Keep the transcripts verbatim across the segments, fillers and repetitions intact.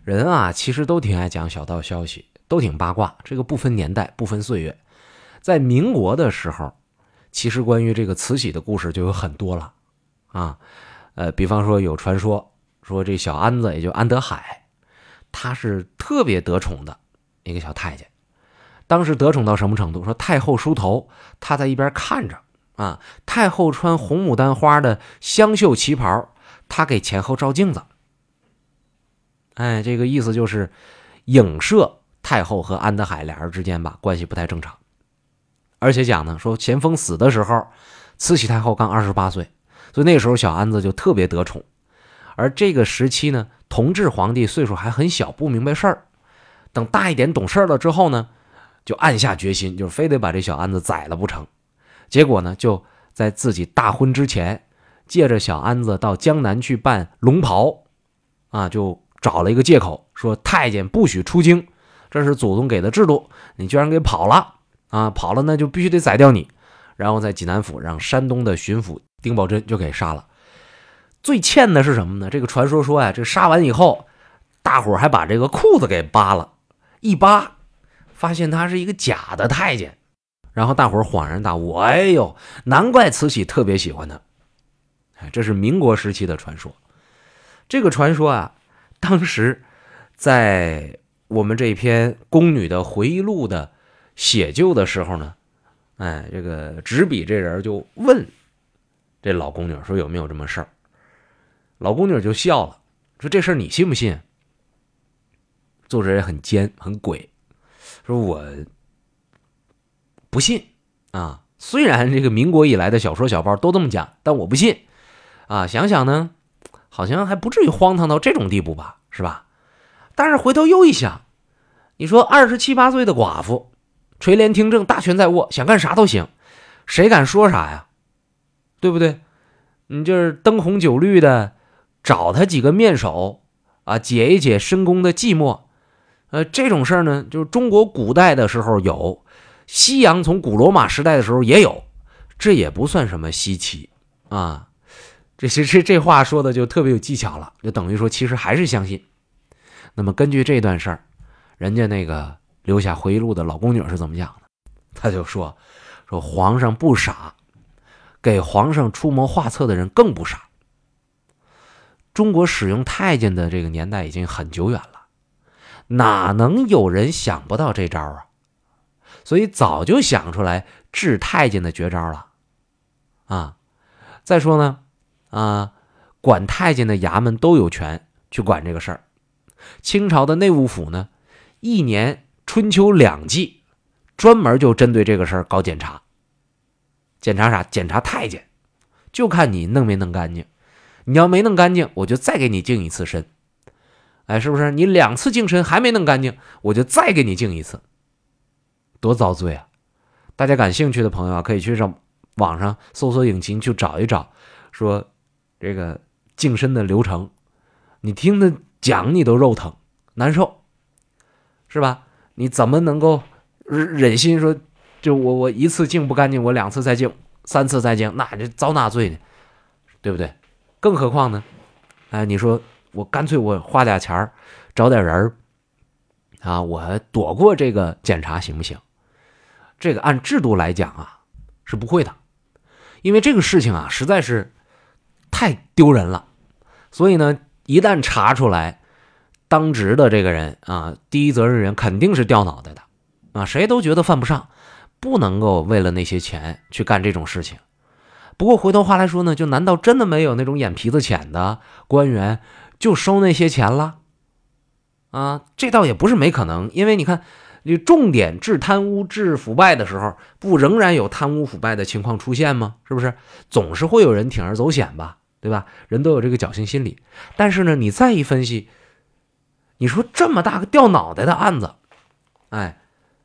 人啊，其实都挺爱讲小道消息，都挺八卦，这个不分年代，不分岁月。在民国的时候，其实关于这个慈禧的故事就有很多了啊。呃，比方说有传说说这小安子，也就安德海，他是特别得宠的一个小太监。当时得宠到什么程度？说太后梳头，他在一边看着啊。太后穿红牡丹花的香绣旗袍，他给前后照镜子。哎，这个意思就是影射太后和安德海俩人之间吧，关系不太正常。而且讲呢，说咸丰死的时候，慈禧太后刚二十八岁，所以那时候小安子就特别得宠。而这个时期呢，同治皇帝岁数还很小，不明白事儿。等大一点懂事了之后呢，就暗下决心，就是非得把这小安子宰了不成。结果呢，就在自己大婚之前，借着小安子到江南去办龙袍啊，就找了一个借口，说太监不许出京，这是祖宗给的制度，你居然给跑了啊！跑了那就必须得宰掉你。然后在济南府让山东的巡抚丁宝桢就给杀了。最欠的是什么呢？这个传说说呀，这杀完以后，大伙还把这个裤子给扒了，一扒发现他是一个假的太监。然后大伙恍然大悟，哎呦，难怪慈禧特别喜欢他。这是民国时期的传说。这个传说啊，当时在我们这篇宫女的回忆录的写就的时候呢，哎，这个执笔这人就问这老宫女说有没有这么事儿。老宫女就笑了，说这事儿你信不信？作者也很尖很诡，说我不信啊。虽然这个民国以来的小说小报都这么讲，但我不信啊。想想呢，好像还不至于荒唐到这种地步吧，是吧？但是回头又一想，你说二十七八岁的寡妇，垂帘听政，大权在握，想干啥都行，谁敢说啥呀？对不对？你就是灯红酒绿的找他几个面首啊，解一解深宫的寂寞。呃，这种事儿呢，就是中国古代的时候有，西洋从古罗马时代的时候也有，这也不算什么稀奇啊。这这这这话说的就特别有技巧了，就等于说其实还是相信。那么根据这段事儿，人家那个留下回忆录的老宫女是怎么讲的？他就说说皇上不傻，给皇上出谋划策的人更不傻。中国使用太监的这个年代已经很久远了，哪能有人想不到这招啊？所以早就想出来治太监的绝招了啊。再说呢啊，管太监的衙门都有权去管这个事儿。清朝的内务府呢，一年春秋两季专门就针对这个事儿搞检查。检查啥？检查太监，就看你弄没弄干净。你要没弄干净，我就再给你净一次身。哎，是不是？你两次净身还没弄干净，我就再给你净一次。多遭罪啊！大家感兴趣的朋友啊，可以去上网上搜索引擎去找一找，说这个净身的流程，你听的讲你都肉疼难受，是吧？你怎么能够忍心说就我我一次净不干净，我两次再净，三次再净，那就遭那罪呢，对不对？更何况呢，哎，你说我干脆我花俩钱找点人啊，我躲过这个检查行不行？这个按制度来讲啊是不会的，因为这个事情啊实在是太丢人了。所以呢，一旦查出来，当值的这个人啊，第一责任人肯定是掉脑袋的啊，谁都觉得犯不上，不能够为了那些钱去干这种事情。不过回头话来说呢，就难道真的没有那种眼皮子浅的官员就收那些钱了啊？这倒也不是没可能，因为你看你重点治贪污治腐败的时候，不仍然有贪污腐败的情况出现吗？是不是总是会有人铤而走险吧，对吧？人都有这个侥幸心理。但是呢，你再一分析，你说这么大个掉脑袋的案子，哎，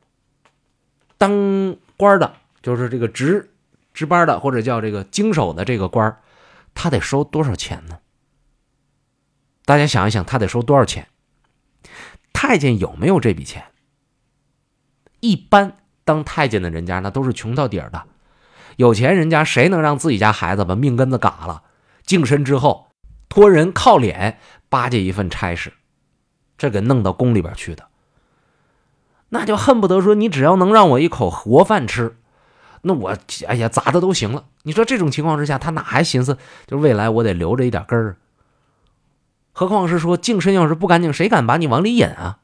当官的就是这个值值班的或者叫这个经手的这个官，他得收多少钱呢？大家想一想，他得收多少钱？太监有没有这笔钱？一般当太监的人家那都是穷到底儿的，有钱人家谁能让自己家孩子把命根子嘎了，净身之后托人靠脸巴结一份差事？ 这给弄到宫里边去的。那就恨不得说，你只要能让我一口活饭吃，那我哎呀咋的都行了。你说这种情况之下，他哪还寻思就是未来我得留着一点根儿？何况是说净身要是不干净，谁敢把你往里引啊？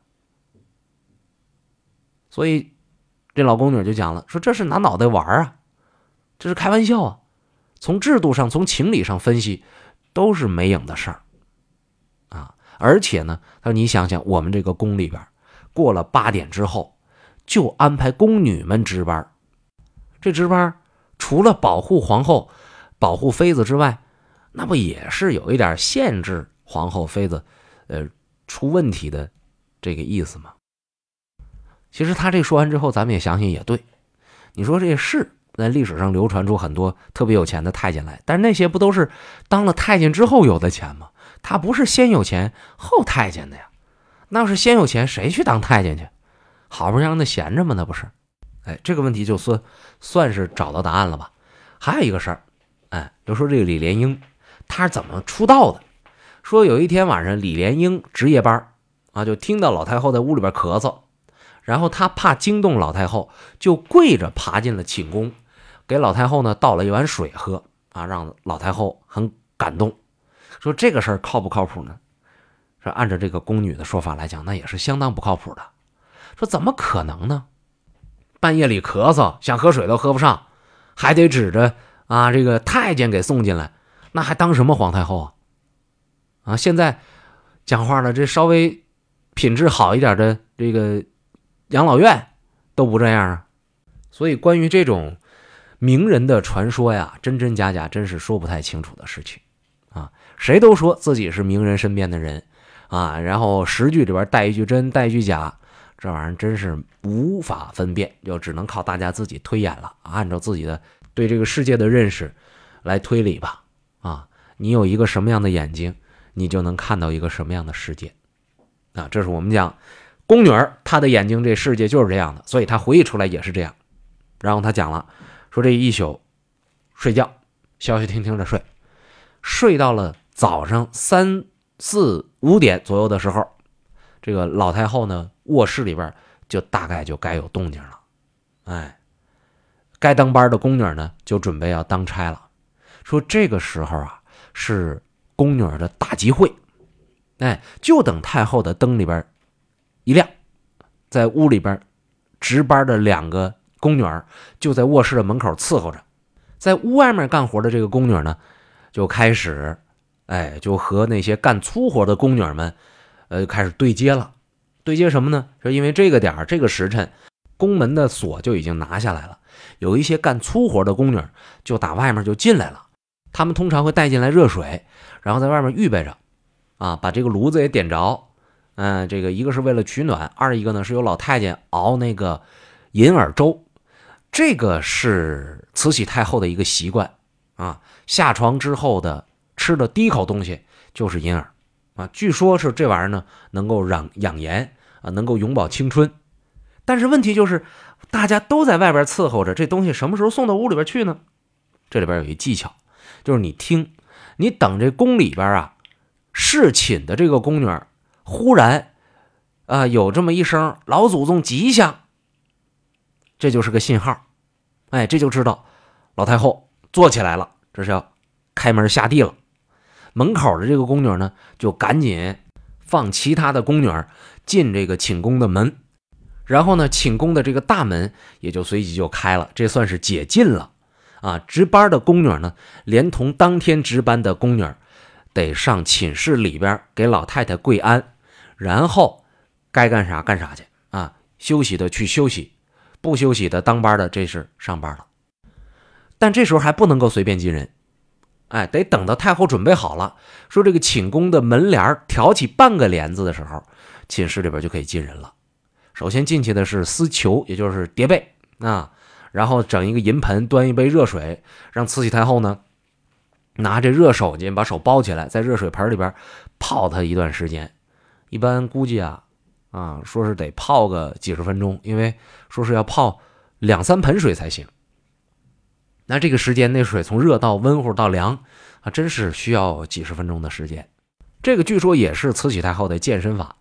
所以这老宫女就讲了，说这是拿脑袋玩啊，这是开玩笑啊。从制度上从情理上分析都是没影的事儿啊。而且呢，他说你想想，我们这个宫里边过了八点之后就安排宫女们值班，这值班除了保护皇后保护妃子之外，那不也是有一点限制皇后妃子呃出问题的这个意思吗？其实他这说完之后，咱们也想想也对。你说这是在历史上流传出很多特别有钱的太监来，但是那些不都是当了太监之后有的钱吗？他不是先有钱后太监的呀。那要是先有钱，谁去当太监去？好不容易让他闲着吗？那不是。哎，这个问题就算算是找到答案了吧。还有一个事儿，哎，就说这个李莲英他是怎么出道的。说有一天晚上，李莲英值夜班啊，就听到老太后在屋里边咳嗽，然后他怕惊动老太后，就跪着爬进了寝宫，给老太后呢倒了一碗水喝啊，让老太后很感动。说这个事儿靠不靠谱呢？说按照这个宫女的说法来讲，那也是相当不靠谱的。说怎么可能呢？半夜里咳嗽，想喝水都喝不上，还得指着啊这个太监给送进来，那还当什么皇太后啊？啊，现在讲话了，这稍微品质好一点的这个养老院都不这样啊。所以关于这种名人的传说呀，真真假假，真是说不太清楚的事情啊。谁都说自己是名人身边的人啊，然后十句里边带一句真带一句假，这玩意儿真是无法分辨，就只能靠大家自己推演了，按照自己的对这个世界的认识来推理吧。啊，你有一个什么样的眼睛，你就能看到一个什么样的世界啊。这是我们讲宫女儿她的眼睛，这世界就是这样的，所以她回忆出来也是这样。然后她讲了，说这一宿睡觉消息听听着睡，睡到了早上三四五点左右的时候，这个老太后呢卧室里边就大概就该有动静了。哎，该当班的宫女呢就准备要当差了。说这个时候啊是宫女的大集会，哎，就等太后的灯里边一亮，在屋里边值班的两个宫女就在卧室的门口伺候着，在屋外面干活的这个宫女呢就开始哎就和那些干粗活的宫女们呃开始对接了。对接什么呢？说因为这个点儿这个时辰宫门的锁就已经拿下来了，有一些干粗活的宫女就打外面就进来了，他们通常会带进来热水，然后在外面预备着啊，把这个炉子也点着。嗯、呃，这个一个是为了取暖，二一个呢是有老太监熬那个银耳粥，这个是慈禧太后的一个习惯啊。下床之后的吃的第一口东西就是银耳啊，据说是这玩意儿呢能够养养颜啊，能够永葆青春。但是问题就是大家都在外边伺候着，这东西什么时候送到屋里边去呢？这里边有一技巧，就是你听，你等这宫里边啊侍寝的这个宫女忽然啊、呃、有这么一声老祖宗吉祥，这就是个信号。哎，这就知道老太后坐起来了，这是要开门下地了。门口的这个宫女呢就赶紧放其他的宫女进这个寝宫的门，然后呢寝宫的这个大门也就随即就开了，这算是解禁了啊。值班的宫女呢连同当天值班的宫女得上寝室里边给老太太跪安，然后该干啥干啥去啊，休息的去休息，不休息的当班的这是上班了。但这时候还不能够随便进人，哎，得等到太后准备好了，说这个寝宫的门帘挑起半个帘子的时候，寝室里边就可以进人了。首先进去的是司囚，也就是叠被啊，然后整一个银盆，端一杯热水，让慈禧太后呢拿这热手巾把手包起来，在热水盆里边泡它一段时间。一般估计啊啊说是得泡个几十分钟，因为说是要泡两三盆水才行。那这个时间那水从热到温乎到凉啊，真是需要几十分钟的时间。这个据说也是慈禧太后的健身法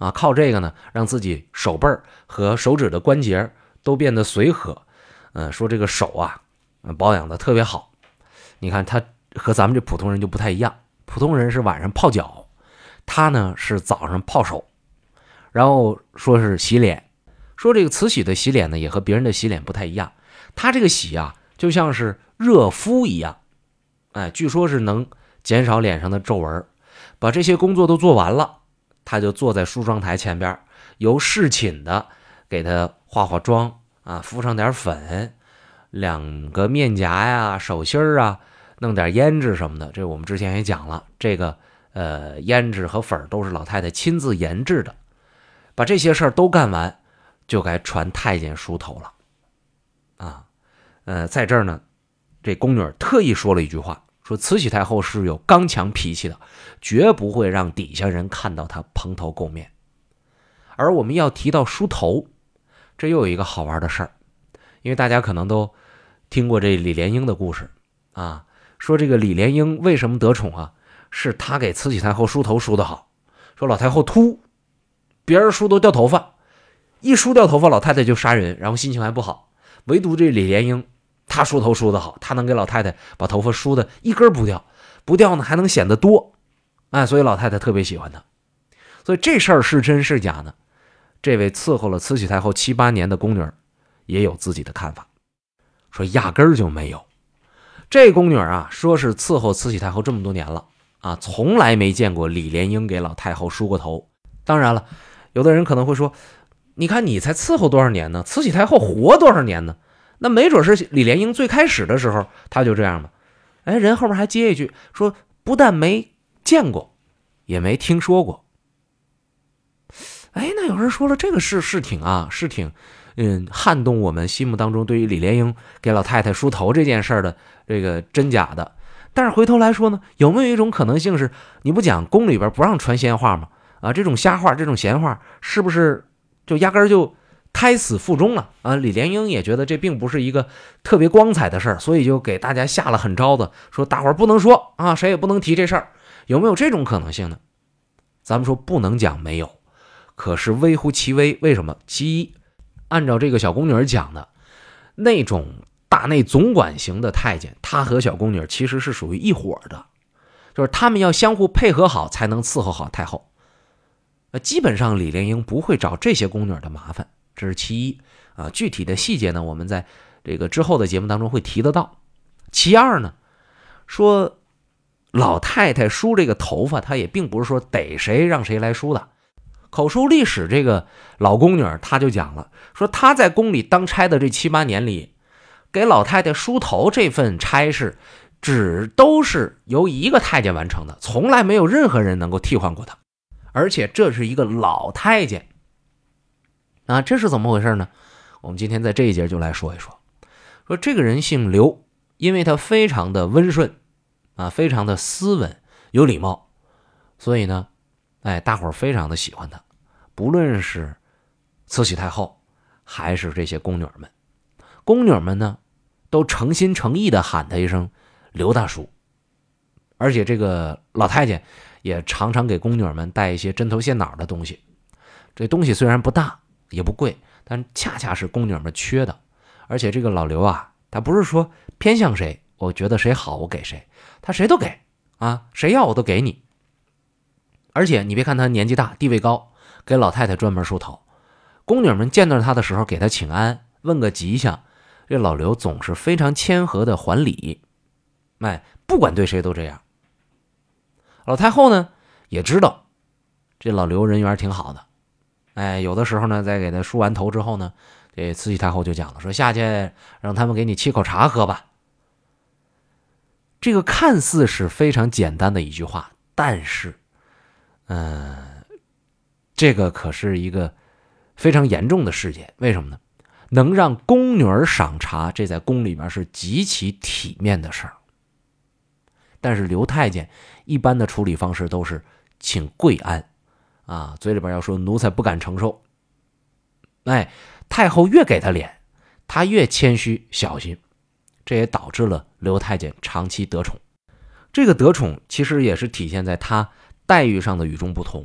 啊，靠这个呢，让自己手背和手指的关节都变得随和。嗯、呃，说这个手啊，保养的特别好。你看他和咱们这普通人就不太一样，普通人是晚上泡脚，他呢是早上泡手，然后说是洗脸。说这个慈禧的洗脸呢，也和别人的洗脸不太一样，他这个洗啊，就像是热敷一样，哎，据说是能减少脸上的皱纹。把这些工作都做完了，他就坐在梳妆台前边，由侍寝的给他化化妆啊，敷上点粉，两个面颊呀、手心啊，弄点胭脂什么的。这我们之前也讲了，这个呃胭脂和粉都是老太太亲自研制的。把这些事儿都干完，就该传太监梳头了啊。呃，在这儿呢，这宫女特意说了一句话，说慈禧太后是有刚强脾气的，绝不会让底下人看到她蓬头垢面。而我们要提到梳头，这又有一个好玩的事儿，因为大家可能都听过这李莲英的故事啊，说这个李莲英为什么得宠啊？是她给慈禧太后梳头梳得好，说老太后秃，别人梳都掉头发，一梳掉头发老太太就杀人，然后心情还不好。唯独这李莲英她梳头梳得好，她能给老太太把头发梳得一根不掉，不掉呢还能显得多，哎，所以老太太特别喜欢她。所以这事儿是真是假呢？这位伺候了慈禧太后七八年的宫女也有自己的看法，说压根儿就没有。这宫女啊，说是伺候慈禧太后这么多年了啊，从来没见过李莲英给老太后梳过头。当然了，有的人可能会说，你看你才伺候多少年呢？慈禧太后活多少年呢？那没准是李莲英最开始的时候她就这样吧。哎，人后面还接一句说，不但没见过，也没听说过。哎，那有人说了，这个是是挺啊，是挺，嗯，撼动我们心目当中对于李莲英给老太太梳头这件事的这个真假的。但是回头来说呢，有没有一种可能性是，你不讲宫里边不让传闲话吗？啊，这种瞎话，这种闲话，是不是就压根儿就胎死腹中了啊？李莲英也觉得这并不是一个特别光彩的事儿，所以就给大家下了狠招子，说大伙儿不能说啊，谁也不能提这事儿。有没有这种可能性呢？咱们说不能讲没有，可是微乎其微。为什么？其一，按照这个小宫女讲的，那种大内总管型的太监，他和小宫女其实是属于一伙的，就是他们要相互配合好，才能伺候好太后。基本上李莲英不会找这些宫女的麻烦，这是其一啊。具体的细节呢，我们在这个之后的节目当中会提得到。其二呢，说老太太梳这个头发，她也并不是说逮谁让谁来梳的。口述历史这个老宫女她就讲了，说她在宫里当差的这七八年里，给老太太梳头这份差事，只都是由一个太监完成的，从来没有任何人能够替换过她。而且这是一个老太监啊，这是怎么回事呢？我们今天在这一节就来说一说。说这个人姓刘，因为他非常的温顺啊，非常的斯文有礼貌，所以呢，哎，大伙儿非常的喜欢他，不论是慈禧太后还是这些宫女们，宫女们呢都诚心诚意的喊他一声刘大叔。而且这个老太监也常常给宫女们带一些针头线脑的东西，这东西虽然不大也不贵，但恰恰是宫女们缺的。而且这个老刘啊，他不是说偏向谁，我觉得谁好我给谁，他谁都给啊，谁要我都给你。而且你别看他年纪大地位高，给老太太专门梳头，宫女们见到他的时候给他请安问个吉祥，这老刘总是非常谦和的还礼，哎，不管对谁都这样。老太后呢也知道这老刘人缘挺好的，哎，有的时候呢在给他梳完头之后呢，这慈禧太后就讲了，说下去让他们给你沏口茶喝吧。这个看似是非常简单的一句话，但是嗯、呃，这个可是一个非常严重的事件。为什么呢？能让宫女儿赏茶，这在宫里边是极其体面的事儿。但是刘太监一般的处理方式都是请跪安啊，嘴里边要说奴才不敢承受。哎，太后越给他脸，他越谦虚小心，这也导致了刘太监长期得宠。这个得宠其实也是体现在他待遇上的与众不同，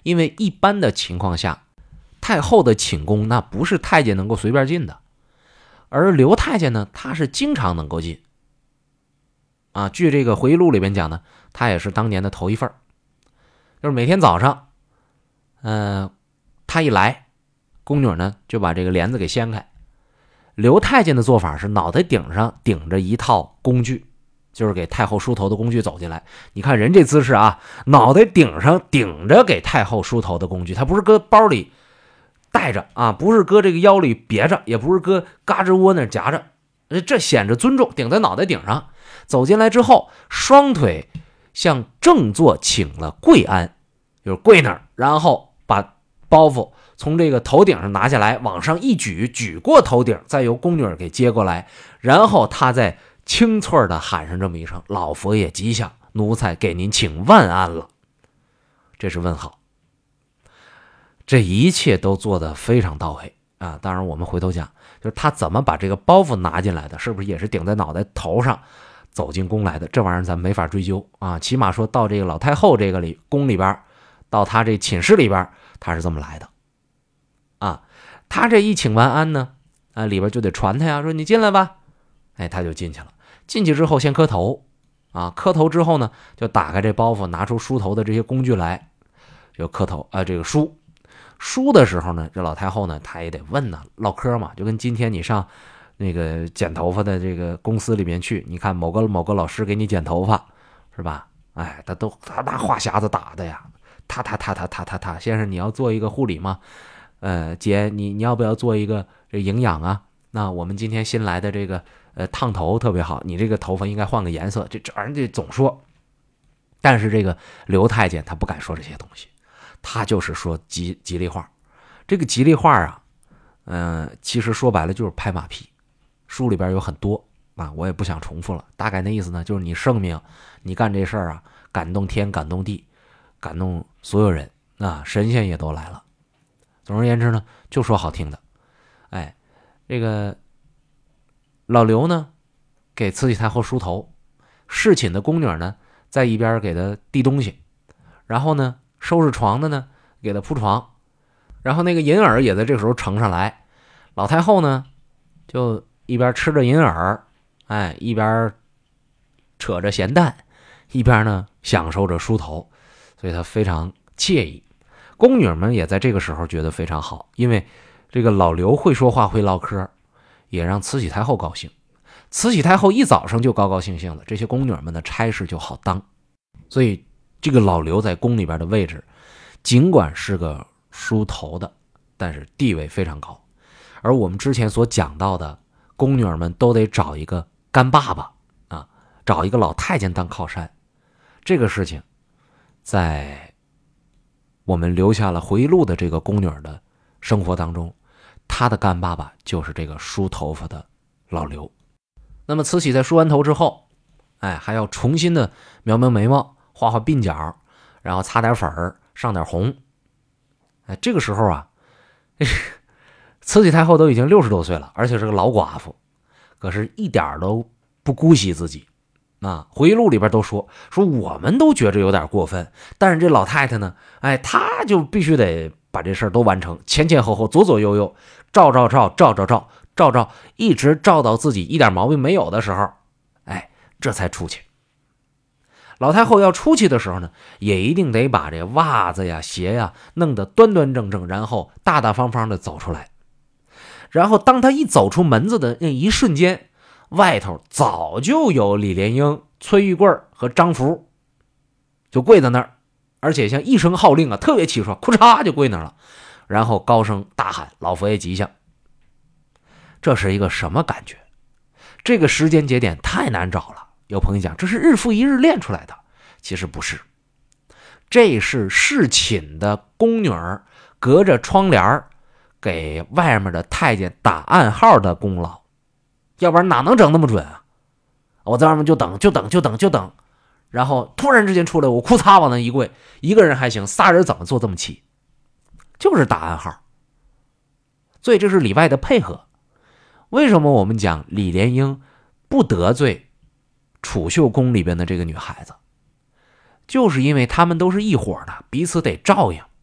因为一般的情况下，太后的寝宫那不是太监能够随便进的，而刘太监呢，他是经常能够进。啊，据这个回忆录里边讲呢，他也是当年的头一份，就是每天早上，呃，他一来，宫女呢就把这个帘子给掀开。刘太监的做法是脑袋顶上顶着一套工具，就是给太后梳头的工具走进来。你看人这姿势啊，脑袋顶上顶着给太后梳头的工具，他不是搁包里带着啊，不是搁这个腰里别着，也不是搁嘎吱窝那夹着，这显着尊重，顶在脑袋顶上。走进来之后，双腿向正坐请了跪安，就是跪那儿，然后把包袱从这个头顶上拿下来，往上一举，举过头顶，再由宫女给接过来，然后他再清脆的喊上这么一声：“老佛爷吉祥，奴才给您请万安了。”这是问好。这一切都做得非常到位啊！当然，我们回头讲，就是他怎么把这个包袱拿进来的，是不是也是顶在脑袋头上走进宫来的？这玩意儿咱没法追究啊。起码说到这个老太后这个里宫里边，到他这寝室里边，他是这么来的啊。他这一请完安呢，啊，里边就得传他呀，说你进来吧。哎，他就进去了。进去之后先磕头啊，磕头之后呢，就打开这包袱，拿出梳头的这些工具来，就磕头啊，这个梳。梳的时候呢，这老太后呢，她也得问呢，唠嗑嘛，就跟今天你上那个剪头发的这个公司里面去，你看某个某个老师给你剪头发，是吧？哎，他都他拿话匣子打的呀，他他他他他他他，先生你要做一个护理吗？呃，姐你你要不要做一个这营养啊？那我们今天新来的这个呃烫头特别好，你这个头发应该换个颜色，这这玩意儿这总说。但是这个刘太监他不敢说这些东西。他就是说吉吉利话，这个吉利话啊，嗯、呃，其实说白了就是拍马屁。书里边有很多啊，我也不想重复了。大概那意思呢，就是你圣明，你干这事儿啊，感动天，感动地，感动所有人啊，神仙也都来了。总而言之呢，就说好听的。哎，这个老刘呢，给慈禧太后梳头，侍寝的宫女呢，在一边给他递东西，然后呢。收拾床的呢，给他铺床，然后那个银耳也在这个时候盛上来。老太后呢，就一边吃着银耳，哎，一边扯着咸蛋，一边呢享受着梳头，所以她非常惬意。宫女们也在这个时候觉得非常好，因为这个老刘会说话会唠嗑，也让慈禧太后高兴。慈禧太后一早上就高高兴兴的，这些宫女们的差事就好当，所以。这个老刘在宫里边的位置，尽管是个梳头的，但是地位非常高。而我们之前所讲到的，宫女们都得找一个干爸爸啊，找一个老太监当靠山。这个事情，在我们留下了回忆录的这个宫女的生活当中，她的干爸爸就是这个梳头发的老刘。那么慈禧在梳完头之后，哎，还要重新的描描眉毛。画画鬓角，然后擦点粉儿，上点红。哎，这个时候啊，慈禧太后都已经六十多岁了，而且是个老寡妇，可是一点都不姑息自己。啊，回忆录里边都说说我们都觉着有点过分，但是这老太太呢，哎，她就必须得把这事儿都完成，前前后后，左左右右，照照照照照照照照，一直照到自己一点毛病没有的时候，哎，这才出去。老太后要出去的时候呢，也一定得把这袜子呀、鞋呀弄得端端正正，然后大大方方的走出来。然后当她一走出门子的那一瞬间，外头早就有李莲英、崔玉贵和张福就跪在那儿，而且像一声号令啊，特别气爽，咔嚓就跪那儿了，然后高声大喊：“老佛爷吉祥！”这是一个什么感觉？这个时间节点太难找了。有朋友讲这是日复一日练出来的，其实不是，这是侍寝的宫女儿隔着窗帘给外面的太监打暗号的功劳，要不然哪能整那么准啊？我在外面就等就等就等就等，然后突然之间出来，我哭嚓往那一跪，一个人还行，仨人怎么做这么齐？就是打暗号。所以这是里外的配合。为什么我们讲李莲英不得罪储秀宫里边的这个女孩子，就是因为他们都是一伙的，彼此得照应。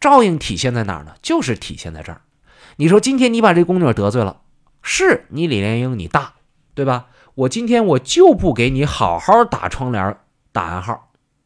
照应体现在哪儿呢？就是体现在这儿。你说今天你把这宫女得罪了，是你李莲英你大，对吧？我今天我就不给你好好打窗帘打暗号，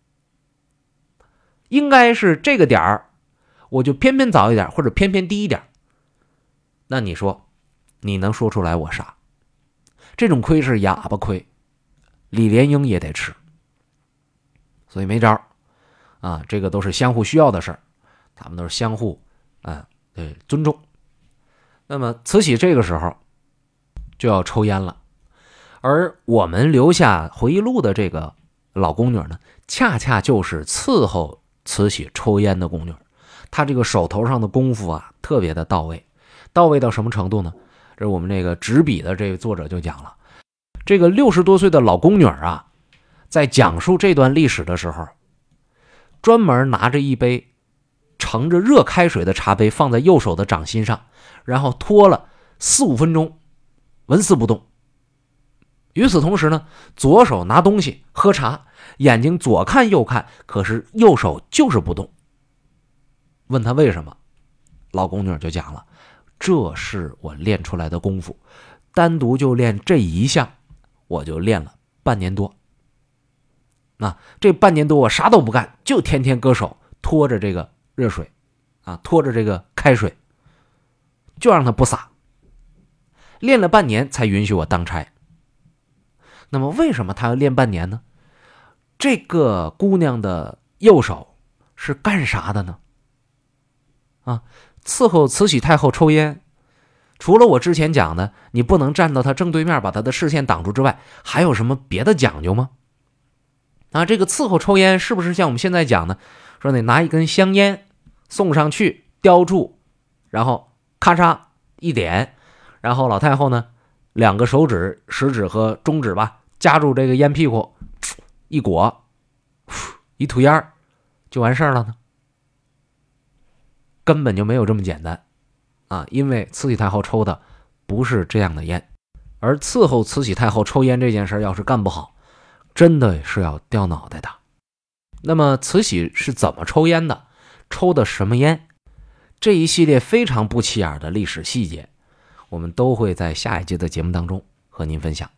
应该是这个点儿我就偏偏早一点或者偏偏低一点，那你说你能说出来我啥？这种亏是哑巴亏，李莲英也得吃，所以没招啊，这个都是相互需要的事儿，他们都是相互啊呃尊重。那么慈禧这个时候就要抽烟了，而我们留下回忆录的这个老宫女呢，恰恰就是伺候慈禧抽烟的宫女。她这个手头上的功夫啊，特别的到位，到位到什么程度呢？这是我们这个执笔的这个作者就讲了，这个六十多岁的老宫女啊，在讲述这段历史的时候，专门拿着一杯盛着热开水的茶杯放在右手的掌心上，然后拖了四五分钟，纹丝不动。与此同时呢，左手拿东西喝茶，眼睛左看右看，可是右手就是不动。问他为什么，老宫女就讲了，这是我练出来的功夫，单独就练这一项，我就练了半年多。那这半年多我啥都不干，就天天搁手拖着这个热水啊，拖着这个开水，就让他不洒。练了半年才允许我当差。那么为什么他要练半年呢？这个姑娘的右手是干啥的呢？啊，伺候慈禧太后抽烟，除了我之前讲的你不能站到她正对面把她的视线挡住之外，还有什么别的讲究吗？啊，这个伺候抽烟是不是像我们现在讲的，说得拿一根香烟送上去叼住，然后咔嚓一点，然后老太后呢两个手指食指和中指吧夹住这个烟屁股一裹一吐烟就完事儿了呢？根本就没有这么简单啊！因为慈禧太后抽的不是这样的烟，而伺候慈禧太后抽烟这件事要是干不好，真的是要掉脑袋的。那么慈禧是怎么抽烟的？抽的什么烟？这一系列非常不起眼的历史细节，我们都会在下一集的节目当中和您分享。